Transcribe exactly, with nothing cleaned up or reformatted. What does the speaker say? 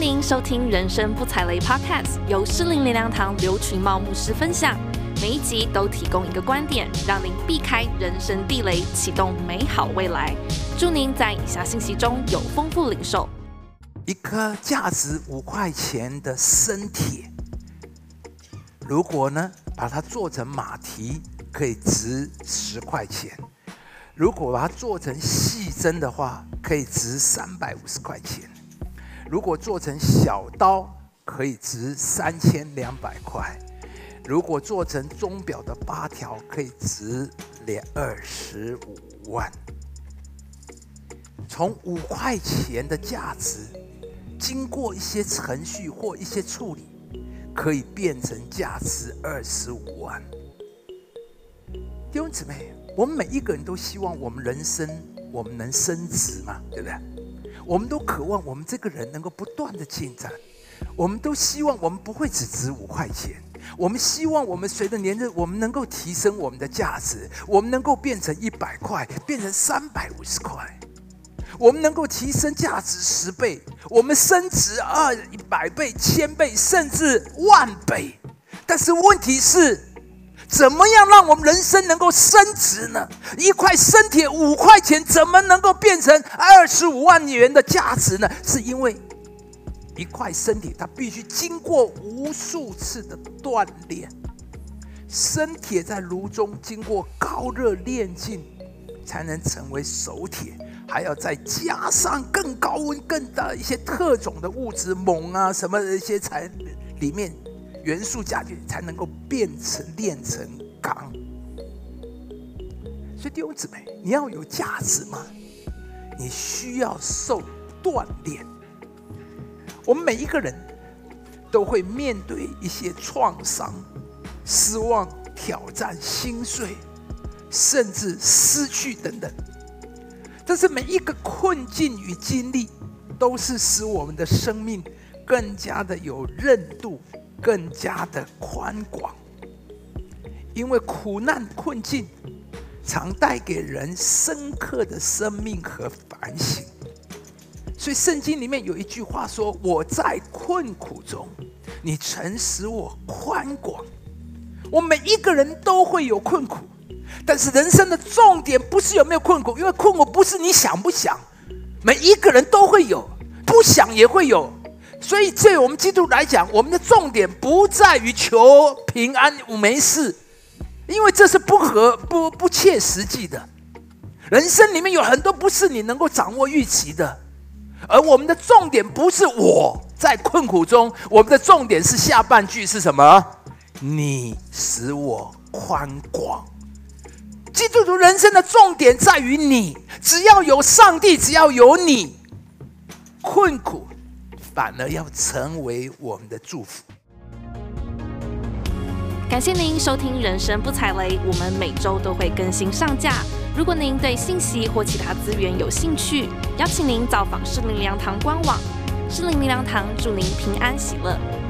您收听人生不踩雷 Podcast， 由诗林灵粮堂刘群茂牧师分享。每一集都提供一个观点，让您避开人生地雷，启动美好未来。祝您在以下信息中有丰富领受。 一颗价值五块钱的生铁，如果呢把它做成马蹄，可以值十块钱；如果把它做成细针的话，可以值三百五十块钱；如果做成小刀，可以值三千两百块；如果做成钟表的八条，可以值二十五万。从五块钱的价值，经过一些程序或一些处理，可以变成价值二十五万。弟兄姊妹，我们每一个人都希望我们人生我们能升值嘛，对不对？我们都渴望我们这个人能够不断的进展，我们都希望我们不会只值五块钱，我们希望我们随着年日，我们能够提升我们的价值，我们能够变成一百块，变成三百五十块。我们能够提升价值十倍，我们升值二一百倍、千倍，甚至万倍。但是问题是，怎么样让我们人生能够升值呢？一块生铁五块钱，怎么能够变成二十五万元的价值呢？是因为一块生铁，它必须经过无数次的锻炼。生铁在炉中经过高热炼净，才能成为熟铁。还要再加上更高温、更大的一些特种的物质，锰啊什么的一些才里面元素加进去，才能够变成炼成钢。所以弟兄姊妹，你要有价值吗？你需要受锻炼。我们每一个人都会面对一些创伤、失望、挑战、心碎，甚至失去等等。但是每一个困境与经历，都是使我们的生命更加的有韧度，更加的宽广。因为苦难困境常带给人深刻的生命和反省。所以圣经里面有一句话说：我在困苦中，你曾使我宽广。我们每一个人都会有困苦，但是人生的重点不是有没有困苦，因为困苦不是你想不想，每一个人都会有，不想也会有。所以对我们基督徒来讲，我们的重点不在于求平安没事，因为这是不合不不切实际的。人生里面有很多不是你能够掌握预期的，而我们的重点不是我在困苦中，我们的重点是下半句是什么？你使我宽广。基督徒人生的重点在于你，只要有上帝，只要有你，困苦反而要成为我们的祝福。 感谢您收听人生不踩雷，我们每周都会更新上架。如果您对信息或其他资源有兴趣，邀请您造访诗林灵粮堂官网。诗林灵粮堂祝您平安喜乐。